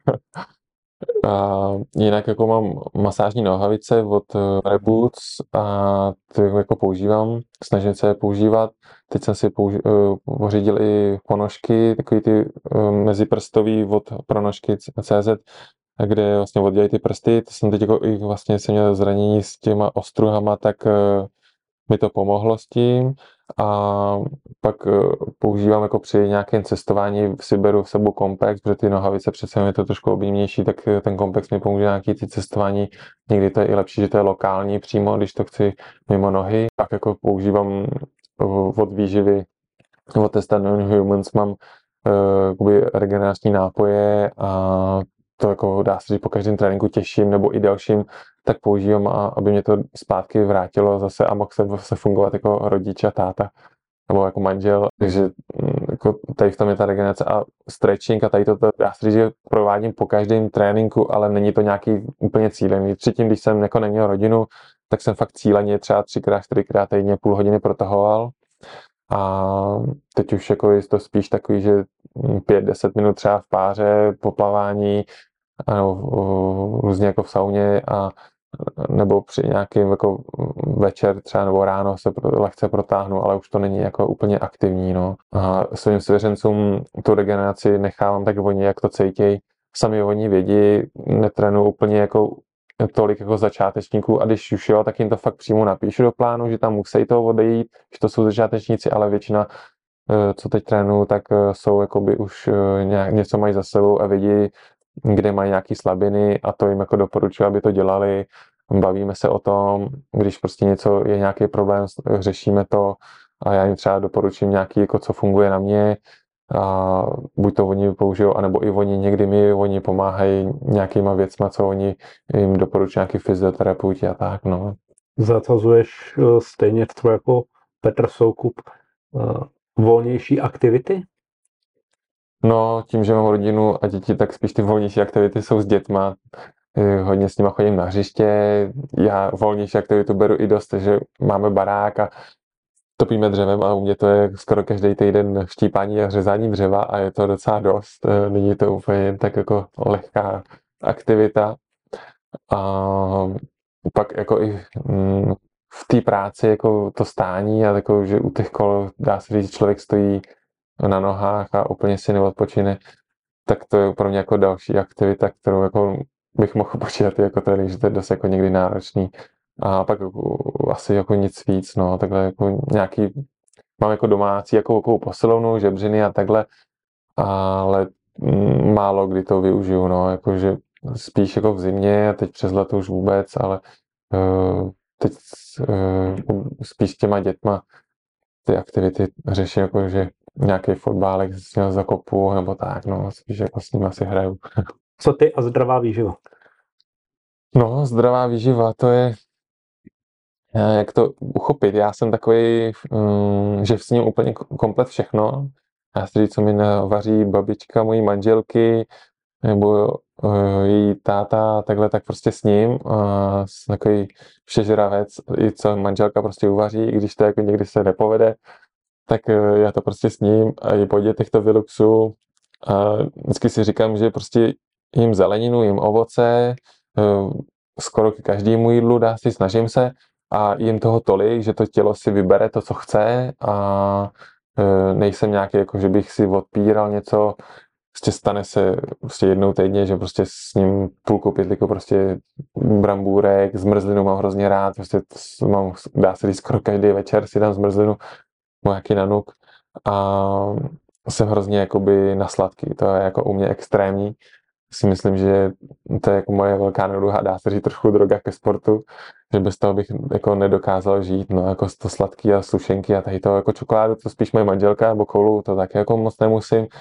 A jinak jako mám masážní nohavice od uh, Reboots a ty jako používám, snažím se je používat. Teď jsem si použi- uh, pořídil i ponožky, takový ty uh, meziprstový od pronožky C Z, kde vlastně oddělají ty prsty. To jsem teď jako i vlastně jsem měl zranění s těma ostruhama, tak uh, mi to pomohlo s tím. A pak uh, používám jako při nějakém cestování, si beru v sebou Compex, protože ty nohavice přece je to trošku objímnější, tak ten Compex mi pomůže nějaký ty cestování. Někdy to je i lepší, že to je lokální přímo, když to chci mimo nohy. Pak jako používám uh, od výživy, od Testa Non-Humans mám uh, regenerační nápoje a to jako dá se říct po každém tréninku těžším nebo i dalším, tak používám, a aby mě to zpátky vrátilo zase a mohl se, se fungovat jako rodič a táta nebo jako manžel, takže jako tady v tom je ta regenerace a stretching a tady to dá se říct, že provádím po každém tréninku, ale není to nějaký úplně cílený. Předtím, když jsem jako neměl rodinu, tak jsem fakt cíleně třeba třikrát, čtyřikrát týdně půl hodiny protahoval. A teď už jako je to spíš takový, že pět deset minut třeba v páře, po plavání, nebo různě jako v sauně a nebo při nějakým jako večer třeba nebo ráno se lehce protáhnu, ale už to není jako úplně aktivní, no. A svým svěřencům tu regeneraci nechávám tak oni, jak to cítěj. Sami oni vědí, netrénuji úplně jako tolik jako začátečníků a když už jo, tak jim to fakt přímo napíšu do plánu, že tam musí to odejít, že to jsou začátečníci, ale většina, co teď trénuju, tak jsou jakoby už nějak, něco mají za sebou a vědí, kde mají nějaký slabiny a to jim jako doporučuji, aby to dělali. Bavíme se o tom, když prostě něco je nějaký problém, řešíme to a já jim třeba doporučím nějaký, jako co funguje na mě a buď to oni použijou, anebo i oni někdy mi oni pomáhají nějakýma věcma, co oni jim doporučují, nějaký fyzioterapeuti a tak, no. Zasazuješ stejně třeba jako Petr Soukup volnější aktivity? No, tím, že mám rodinu a děti, tak spíš ty volnější aktivity jsou s dětma. Hodně s nima chodím na hřiště, já volnější aktivitu beru i dost, že máme barák a topíme dřevem a u mě to je skoro každý týden štípání a řezání dřeva a je to docela dost. Není to úplně jen tak jako lehká aktivita. A pak jako i v té práci jako to stání a jako, že u těch kol dá se říct, člověk stojí na nohách a úplně si neodpočine, tak to je pro mě jako další aktivita, kterou jako bych mohl počítat jako trénink, že to je dost jako někdy náročný. A pak jako, asi jako nic víc, no, takhle jako nějaký, mám jako domácí jako, jako posilovnu, žebřiny a takhle, ale mm, málo kdy to využiju, no, jakože spíš jako v zimě a teď přes leto už vůbec, ale uh, teď uh, spíš s těma dětma ty aktivity řeším, jako že nějaký fotbálek z zakopu nebo tak, no, spíš jako s ním asi hraju. Co ty a zdravá výživa? No, zdravá výživa, to je, jak to uchopit. Já jsem takový, um, že s ním úplně komplet všechno. Já si říct, co mi navaří babička mojí manželky, nebo uh, její táta, takhle, tak prostě s ním. Uh, takový všežravec, i co manželka prostě uvaří, i když to jako někdy se nepovede, tak uh, já to prostě s ním a i po dětech to vyluxu. A vždycky si říkám, že prostě jim zeleninu, jim ovoce, uh, skoro k každému jídlu dá si, snažím se a jim toho tolik, že to tělo si vybere to, co chce a uh, nejsem nějaký, jako že bych si odpíral něco, prostě stane se prostě jednou týdně, že prostě s ním půlku pytlíku prostě brambůrek, zmrzlinu mám hrozně rád, prostě mám, dá se říct, skoro každý večer si dám zmrzlinu, nějaký nanuk a jsem hrozně jakoby na sladký, to je jako u mě extrémní. Si myslím, že to je jako moje velká neduha, dá se říct trošku droga ke sportu, že bez toho bych jako nedokázal žít, no jako to sladký a sušenky a tady to jako čokoládu, to spíš moje manželka, nebo kolu, to taky jako moc nemusím,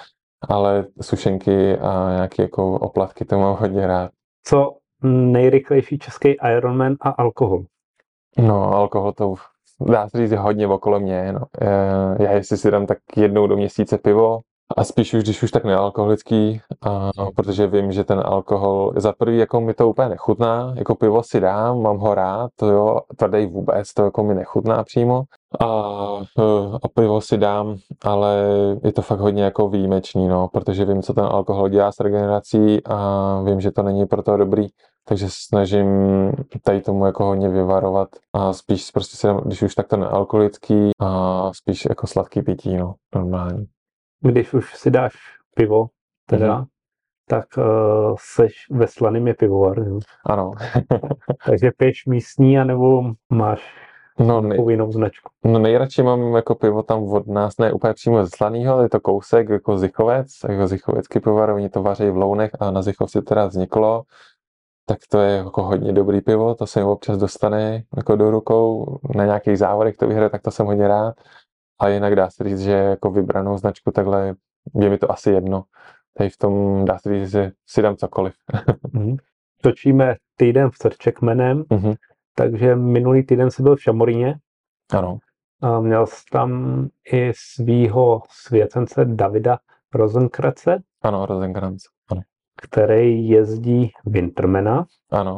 ale sušenky a nějaké jako oplatky to mám hodně rád. Co nejrychlejší český Ironman a alkohol? No, alkohol to dá se říct hodně okolo mě. No. Já jestli si dám tak jednou do měsíce pivo, a spíš už, když už tak nealkoholický, a, protože vím, že ten alkohol, za prvý, jako mi to úplně nechutná, jako pivo si dám, mám ho rád, to jo, tvrdej vůbec, to jako mi nechutná přímo. A, a pivo si dám, ale je to fakt hodně jako výjimečný, no, protože vím, co ten alkohol dělá s regenerací a vím, že to není pro to dobrý, takže snažím tady tomu jako hodně vyvarovat a spíš prostě si dám, když už tak to nealkoholický a spíš jako sladký pití, no, normální. Když už si dáš pivo, teda, mm-hmm. tak uh, seš ve Slaným je pivovar. Jo? Ano. Takže piješ místní, anebo máš no, nej, jinou značku? No nejradši mám jako pivo tam od nás, ne úplně přímo ze Slanýho, je to kousek jako Zichovec, jako Zichovecký pivovar, oni to vaří v Lounech a na Zichovci teda vzniklo. Tak to je jako hodně dobrý pivo, to se mi občas dostane jako do rukou, na nějakých závodech to vyhraje, tak to jsem hodně rád. A jinak dá se říct, že jako vybranou značku takhle je mi to asi jedno. Tady v tom dá se říct, že si dám cokoliv. Mm. Točíme týden v Srčekmenem, mm-hmm. takže minulý týden jsi byl v Šamoríně. Ano. A měl jsi tam i svýho svěcence Davida Rosenkrantze. Ano, Rosenkrantz, ano. Který jezdí Wintermana. Ano.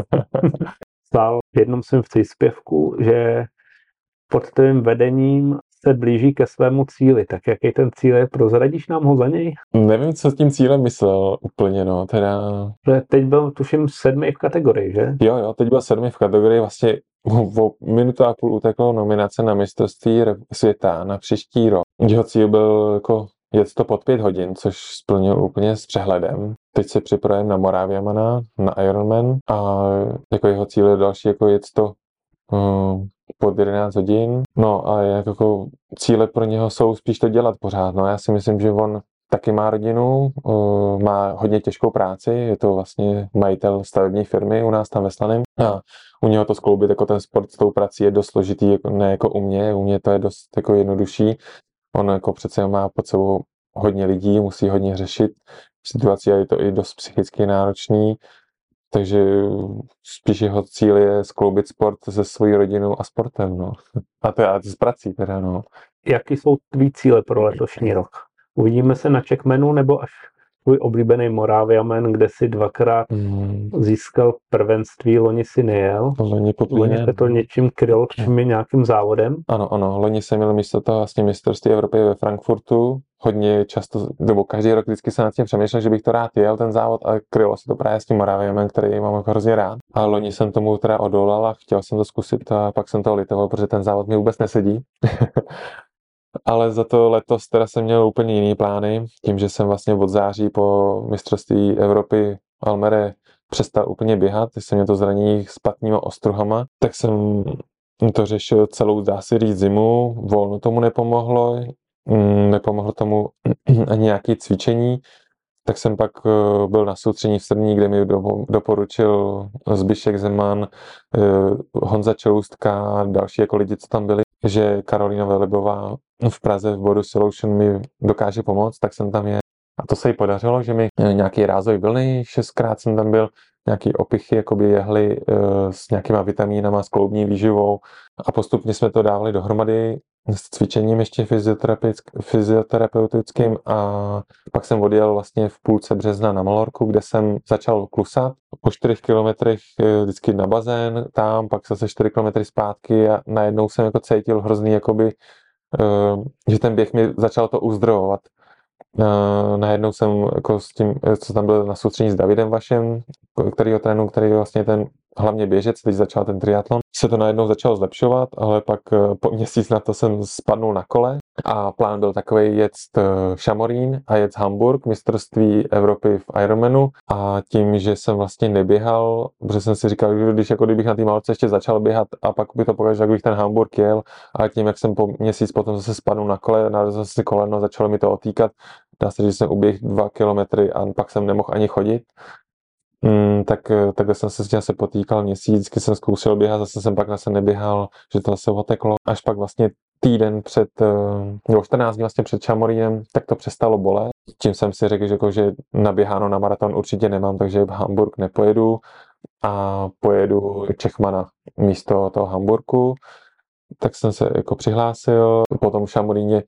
Stál v jednom svém příspěvku, že pod tvým vedením se blíží ke svému cíli. Tak jaký ten cíl je? Prozradíš nám ho za něj? Nevím, co s tím cílem myslel úplně, no, teda... Že teď byl, tuším, sedmý v kategorii, že? Jo, jo, teď byl sedmý v kategorii, vlastně o minutu a půl uteklo nominace na mistrovství světa na příští rok. Jeho cíl byl jako jet to pod pět hodin, což splnil úplně s přehledem. Teď se připravím na Moraviamana, na Ironman a jako jeho cíl je další jako jet to um, pod jedenáct hodin. No a jako cíle pro něho jsou spíš to dělat pořád. No já si myslím, že on taky má rodinu, uh, má hodně těžkou práci, je to vlastně majitel stavební firmy u nás tam ve Slaném. A u něho to skloubit jako ten sport s tou prací je dost složitý, jako, ne jako u mě, u mě to je dost jako jednodušší. On jako přece má pod sebou hodně lidí, musí hodně řešit situaci a je to i dost psychicky náročný, takže spíš jeho cíl je skloubit sport se svojí rodinou a sportem, no. A to je s prací teda, no. Jaký jsou tvý cíle pro letošní rok? Uvidíme se na Czechmanu nebo až tvůj oblíbený Moraviaman, kde si dvakrát hmm. získal prvenství, loni si nejel. Loni, loni se to něčím krylo, k čím je nějakým závodem. Ano, ano, loni jsem měl místo toho vlastně mistrovství Evropy ve Frankfurtu. Hodně často, nebo každý rok vždycky jsem nad tím přemýšlel, že bych to rád jel, ten závod, ale krylo se to právě s tím Moravianem, který mám jako hrozně rád. A loni jsem tomu teda odolal a chtěl jsem to zkusit a pak jsem to litoval, protože ten závod mi vůbec nesedí. Ale za to letos teda jsem měl úplně jiný plány, tím, že jsem vlastně od září po mistrovství Evropy v Almere přestal úplně běhat, když jsem měl to zranění s patníma ostruhama, tak jsem to řešil celou, dá se říct, zimu, volno tomu nepomohlo, nepomohlo tomu ani nějaké cvičení, tak jsem pak byl na soustředění v Srní, kde mi doporučil Zbyšek Zeman, Honza Čelůstka, další jako lidi, co tam byli, že Karolína Velibová v Praze v Body Solution mi dokáže pomoct, tak jsem tam je. A to se jí podařilo, že mi nějaký rázový vlny, šestkrát jsem tam byl, nějaký opichy, jakoby jehly s nějakýma vitamínama, s kloubní výživou a postupně jsme to dávali dohromady s cvičením ještě fyzioterapeutickým a pak jsem odjel vlastně v půlce března na Malorku, kde jsem začal klusat po čtyřech kilometrech vždycky na bazén, tam pak zase čtyři kilometry zpátky a najednou jsem jako cítil hrozný, jakoby, že ten běh mi začal to uzdravovat. Najednou jsem jako s tím, co tam byl na soustředění s Davidem Vašem, kterýho trénu, který je vlastně ten hlavně běžec, teď začal ten triatlon, se to najednou začalo zlepšovat, ale pak po měsíc na to jsem spadnul na kole a plán byl takový jet Šamorín a jet Hamburg, mistrovství Evropy v Ironmanu a tím, že jsem vlastně neběhal, protože jsem si říkal, že když jako kdybych na té malce ještě začal běhat a pak by to pokaždé, jak bych ten Hamburg jel, a tím, jak jsem po měsíc potom zase spadnul na kole, narazil si koleno, začalo mi to otýkat, dá se říct, že jsem uběhl dva kilometry a pak jsem nemohl ani chodit. Mm, tak takhle jsem se s tím se potýkal měsíc, když jsem zkoušel běhat, zase jsem pak zase neběhal, že to zase oteklo. Až pak vlastně týden před, nebo čtrnáct dní vlastně před Šamorínem, tak to přestalo bolet. tím jsem si řekl, že, jako, že naběháno na maraton určitě nemám, takže Hamburg nepojedu a pojedu Čechmana místo toho Hamburku. Tak jsem se jako přihlásil, potom v Šamoríně,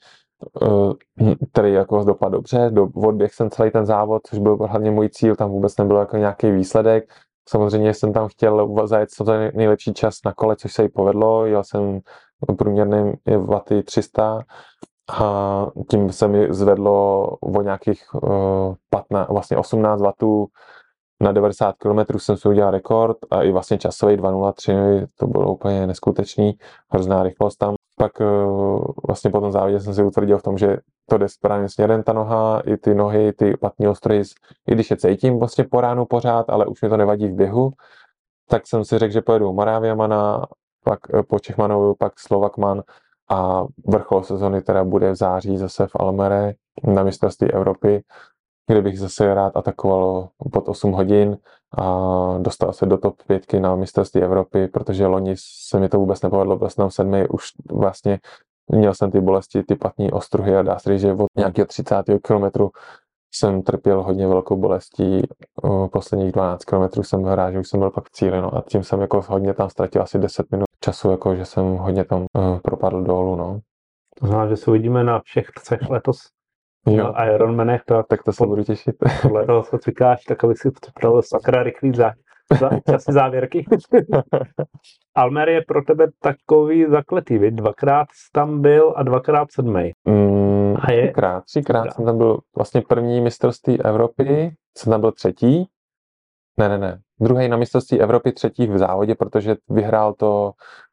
který jako dopadl dobře, do, odběh jsem celý ten závod, což byl hlavně můj cíl, tam vůbec nebyl jako nějaký výsledek. Samozřejmě jsem tam chtěl zajet co to nejlepší čas na kole, což se jí povedlo, jel jsem průměrným vaty tři sta a tím se mi zvedlo o nějakých uh, patnáct, vlastně osmnáct vatů na devadesát kilometrů jsem si udělal rekord a i vlastně časový dva nula tři, to bylo úplně neskutečný, hrozná rychlost tam. Pak uh, vlastně po tom závodě jsem si utvrdil v tom, že to jde správným směrem ta noha, i ty nohy, ty patní ostroji, i když je cítím vlastně po ránu pořád, ale už mi to nevadí v běhu, tak jsem si řekl, že pojedu Moraviamana, pak po Čechmanovu, pak Slovakman a vrchol sezony teda bude v září zase v Almere na mistrovství Evropy, kde bych zase rád atakoval pod osm hodin a dostal se do top pětky na mistrovství Evropy, protože loni se mi to vůbec nepovedlo, byl jsem sedmý, už vlastně měl jsem ty bolesti, ty patní ostruhy a dá se říct, že od nějakého třicátého kilometru jsem trpěl hodně velkou bolestí, posledních dvanáct kilometrů jsem hrál, že už jsem byl pak v cíli, no, a tím jsem jako hodně tam ztratil asi deset minut času, jako že jsem hodně tam uh, propadl dolů, no. To znamená, že se uvidíme na všech třech letos jo. Ironmanech, to, tak to se budu těšit. Podle toho, co cvikáš, tak abych si připravil sakra rychlý zá, zá, časy závěrky. Almer je pro tebe takový zakletý, viď? Dvakrát tam byl a dvakrát sedmý. Mm, a je... Třikrát, třikrát jsem tam byl vlastně první mistrovství Evropy, jsem tam byl třetí. Ne, ne, ne. Druhý na mistrovství Evropy, třetí v závodě, protože vyhrál to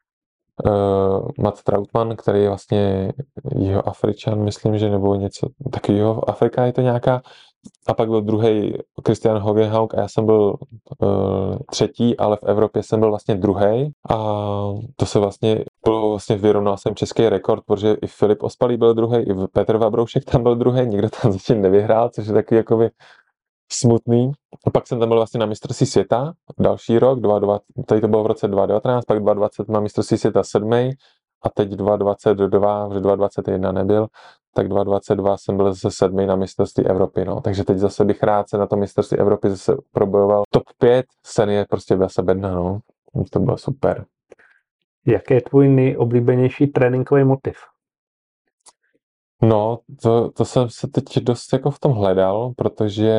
uh, Mats Trautmann, který je vlastně jeho Afričan, myslím, že nebo něco takového. Afrika je to nějaká. A pak byl druhý Christian Hogenhaug a já jsem byl uh, třetí, ale v Evropě jsem byl vlastně druhý. A to se vlastně, bylo vlastně vyrovnal jsem český rekord, protože i Filip Ospalý byl druhý, i Petr Vabroušek tam byl druhý, nikdo tam zatím nevyhrál, což je takový jakoby smutný. A pak jsem tam byl vlastně na mistrovství světa, další rok, dvacet dva, tady to bylo v roce dva tisíce devatenáct, pak dvacet dvacet na mistrovství světa sedmý a teď dvacet dvacet dva, protože dvacet dvacet jedna nebyl, tak dvacet dvacet dva jsem byl zase sedmý na mistrovství Evropy, no. Takže teď zase bych rád se na to mistrovství Evropy zase probojoval. Top pět, sen je prostě zase bedna, no. To bylo super. Jaký je tvůj nejoblíbenější tréninkový motiv? No, to, to jsem se teď dost jako v tom hledal, protože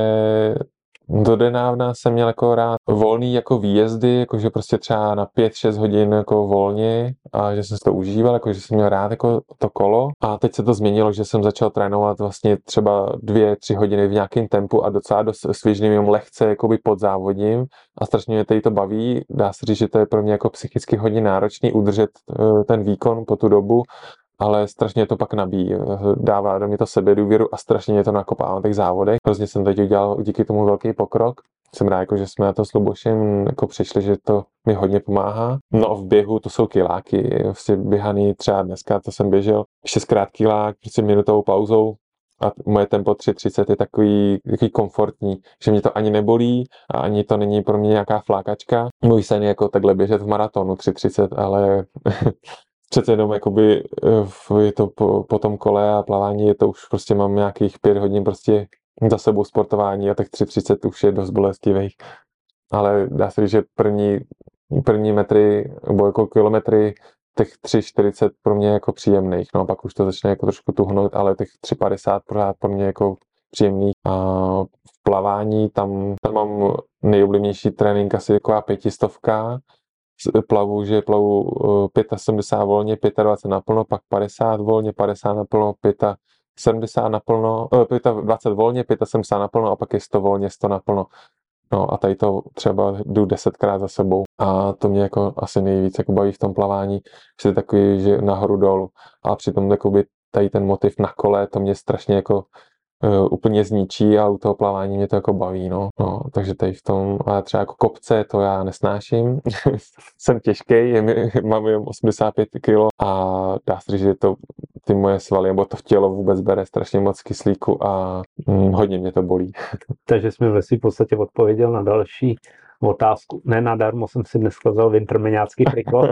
dodnávna jsem měl jako rád volný jako výjezdy, jakože prostě třeba na pět šest hodin jako volně a že jsem si to užíval, jakože jsem měl rád jako to kolo a teď se to změnilo, že jsem začal trénovat vlastně třeba dvě, tři hodiny v nějakém tempu a docela dost svižným, jenom lehce jakoby pod závodím a strašně mě tady to baví, dá se říct, že to je pro mě jako psychicky hodně náročný udržet ten výkon po tu dobu, ale strašně to pak nabíjí, dává do mě to sebedůvěru a strašně mě to nakopává na těch závodech. Hrozně jsem teď udělal díky tomu velký pokrok. Jsem rád, jako, že jsme na to s Lubošem jako přišli, že to mi hodně pomáhá. No v běhu to jsou kiláky, vlastně běhaný třeba dneska, to jsem běžel šestkrát kilák, prostě minutovou pauzou a moje tempo tři třicet je takový, takový komfortní, že mě to ani nebolí a ani to není pro mě nějaká flákačka. Můj sen je jako takhle běžet v maratonu tři třicet, ale přece jenom jakoby je to po, po tom kole a plavání je to už prostě mám nějakých pět hodin prostě za sebou sportování a tak tři třicet už je dost bolestivých. Ale dá se říct, že první, první metry nebo jako kilometry těch tři čtyřicet pro mě jako příjemných. No a pak už to začne jako trošku tuhnout, ale těch tři padesát pořád pro mě jako příjemných. A v plavání tam, tam mám nejoblíbenější trénink asi jako pětistovka. Plavu, že plavu sedmdesát pět volně, dvacet pět naplno, pak padesát volně, padesát naplno, sedmdesát pět naplno, dvacet volně, sedmdesát pět naplno a pak je sto volně, sto naplno. No a tady to třeba jdu desetkrát za sebou a to mě jako asi nejvíc jako baví v tom plavání, že je takový, že nahoru dolů a přitom jakoby tady ten motiv na kole, to mě strašně jako Uh, úplně zničí a u toho plavání mě to jako baví, no. no takže tady v tom, a třeba jako kopce, to já nesnáším, jsem těžký, je mi, mám jen osmdesát pět kilo a dá se říct, že to ty moje svaly, nebo to tělo vůbec bere strašně moc kyslíku a hm, hodně mě to bolí. Takže jsi mi ve v podstatě odpověděl na další otázku. Ne nadarmo jsem si dneska vzal wintermaniácký triko.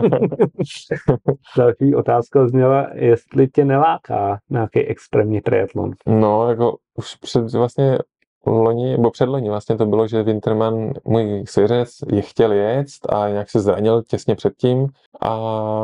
Další otázka zněla, jestli tě neláká nějaký extrémní triatlon. No, jako už před vlastně loni, nebo předloni vlastně to bylo, že Winterman, můj svěřenec, je chtěl jet a nějak se zranil těsně předtím a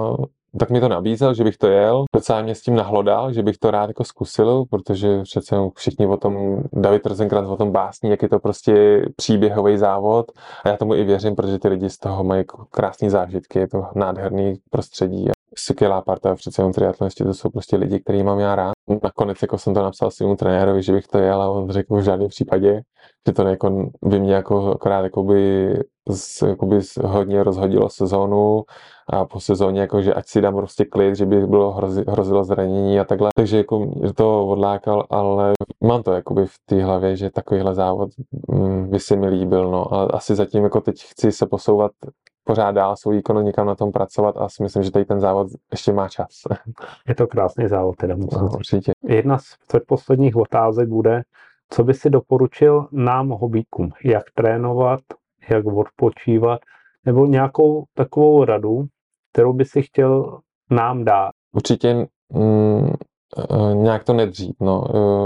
tak mi to nabízel, že bych to jel. Docela mě s tím nahlodal, že bych to rád jako zkusil, protože přece všichni o tom, David Rosenkrantz o tom básní, jak je to prostě příběhový závod a já tomu i věřím, protože ty lidi z toho mají krásné zážitky, je to nádherný prostředí a skvělá parta, přece jenom triatlonisti, to jsou prostě lidi, který mám já rád. Nakonec jako jsem to napsal svému trenérovi, že bych to jel a on řekl v žádném případě, že to jako by mě jako akorát jakoby, z, jakoby hodně rozhodilo sezónu a po sezóně jako, že ať si dám prostě klid, že by bylo hrozi, hrozilo zranění a takhle. Takže jako to odlákal, ale mám to jakoby v té hlavě, že takovýhle závod mm, by se mi líbil, no. Ale asi zatím jako teď chci se posouvat pořád dál svou výkonu, někam na tom pracovat a si myslím, že tady ten závod ještě má čas. Je to krásný závod, teda musím No, říct. určitě. Jedna z předposledních otázek bude, co by si doporučil nám hobíkům, jak trénovat, jak odpočívat, nebo nějakou takovou radu, kterou by si chtěl nám dát. Určitě mm, nějak to nedřít. No.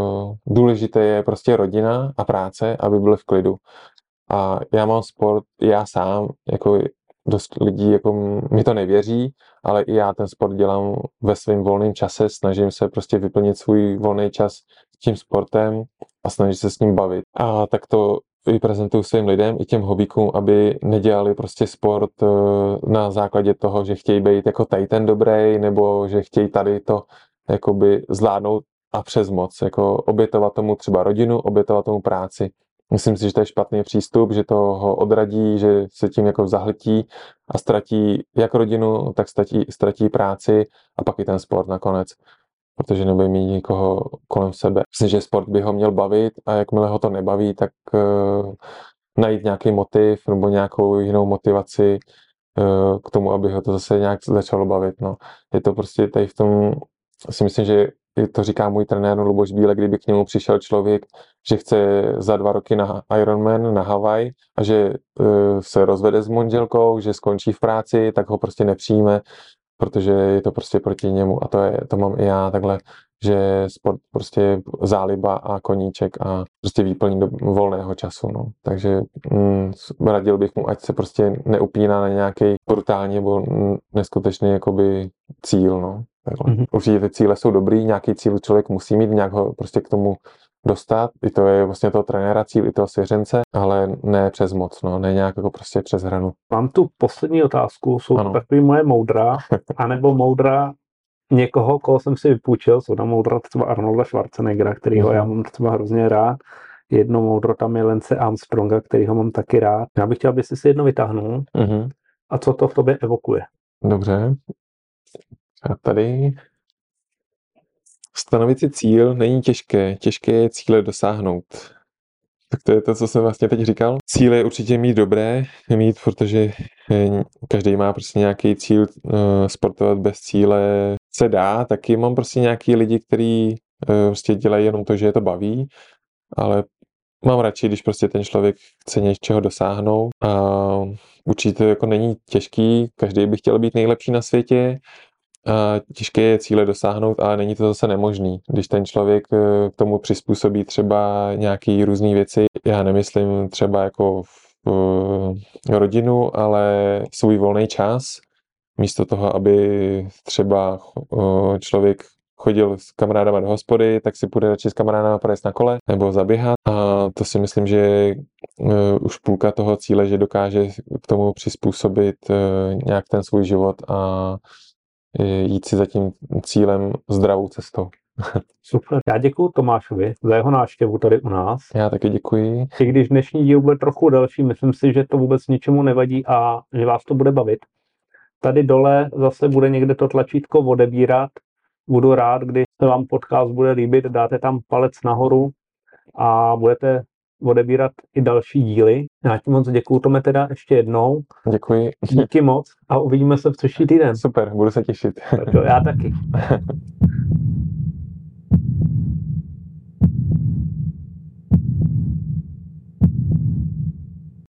Důležité je prostě rodina a práce, aby byly v klidu. A já mám sport, já sám, jako dost lidí jako mi to nevěří, ale i já ten sport dělám ve svém volném čase, snažím se prostě vyplnit svůj volný čas tím sportem a snažím se s ním bavit. A tak to i prezentuju svým lidem, i těm hobíkům, aby nedělali prostě sport na základě toho, že chtějí být jako tady ten dobrý, nebo že chtějí tady to jakoby zvládnout a přes moc, jako obětovat tomu třeba rodinu, obětovat tomu práci. Myslím si, že to je špatný přístup, že to ho odradí, že se tím jako zahltí a ztratí jak rodinu, tak ztratí, ztratí práci a pak i ten sport nakonec, protože nebude mít nikoho kolem sebe. Myslím, že sport by ho měl bavit a jakmile ho to nebaví, tak uh, najít nějaký motiv nebo nějakou jinou motivaci uh, k tomu, aby ho to zase nějak začalo bavit. No. Je to prostě tady v tom, si myslím, že to říká můj trenér Luboš Bílek, kdyby k němu přišel člověk, že chce za dva roky na Ironman na Havaj a že uh, se rozvede s manželkou, že skončí v práci, tak ho prostě nepřijme, protože je to prostě proti němu a to, je, to mám i já takhle, že sport prostě záliba a koníček a prostě výplní do volného času, no. Takže mm, radil bych mu, ať se prostě neupíná na nějaký brutální nebo neskutečný jakoby cíl, no. Mm-hmm. Určitě ty cíle jsou dobrý, nějaký cíl člověk musí mít, nějak ho prostě k tomu dostat, i to je vlastně toho trenéra cíl, i toho svěřence, ale ne přes moc, no, ne nějak jako prostě přes hranu. Mám tu poslední otázku, jsou to takový moje moudra, anebo moudra někoho, koho jsem si vypůjčil, jsou tam moudra třeba Arnolda Schwarzeneggera, kterýho mm. já mám třeba hrozně rád, jedno moudro tam je Lance Armstronga, kterýho mám taky rád. Já bych chtěl, aby si si jedno vytáhnul mm. a co to v tobě evokuje. Dobře. A tady stanovit si cíl není těžké, těžké je cíle dosáhnout. Tak to je to, co jsem vlastně teď říkal. Cíle je určitě mít dobré, mít, protože každý má prostě nějaký cíl, sportovat bez cíle se dá, taky mám prostě nějaký lidi, kteří prostě dělají jenom to, že je to baví, ale mám radši, když prostě ten člověk chce něčeho dosáhnout a určitě jako není těžký, každý by chtěl být nejlepší na světě, a těžké je cíle dosáhnout, ale není to zase nemožný. Když ten člověk k tomu přizpůsobí třeba nějaký různý věci, já nemyslím třeba jako v rodinu, ale svůj volný čas, místo toho, aby třeba člověk chodil s kamarádama do hospody, tak si půjde radši s kamarádama projet na kole nebo zaběhat. A to si myslím, že je už půlka toho cíle, že dokáže k tomu přizpůsobit nějak ten svůj život a jít si za tím cílem zdravou cestou. Super. Já děkuji Tomášovi za jeho návštěvu tady u nás. Já taky děkuji. I když dnešní díl bude trochu delší, myslím si, že to vůbec ničemu nevadí a že vás to bude bavit. Tady dole zase bude někde to tlačítko odebírat. Budu rád, když se vám podcast bude líbit, dáte tam palec nahoru a budete odebírat i další díly. Já ti moc děkuju, Tome, teda ještě jednou. Děkuji. Díky moc a uvidíme se v příští týden. Super, budu se těšit. Tak jo, já taky.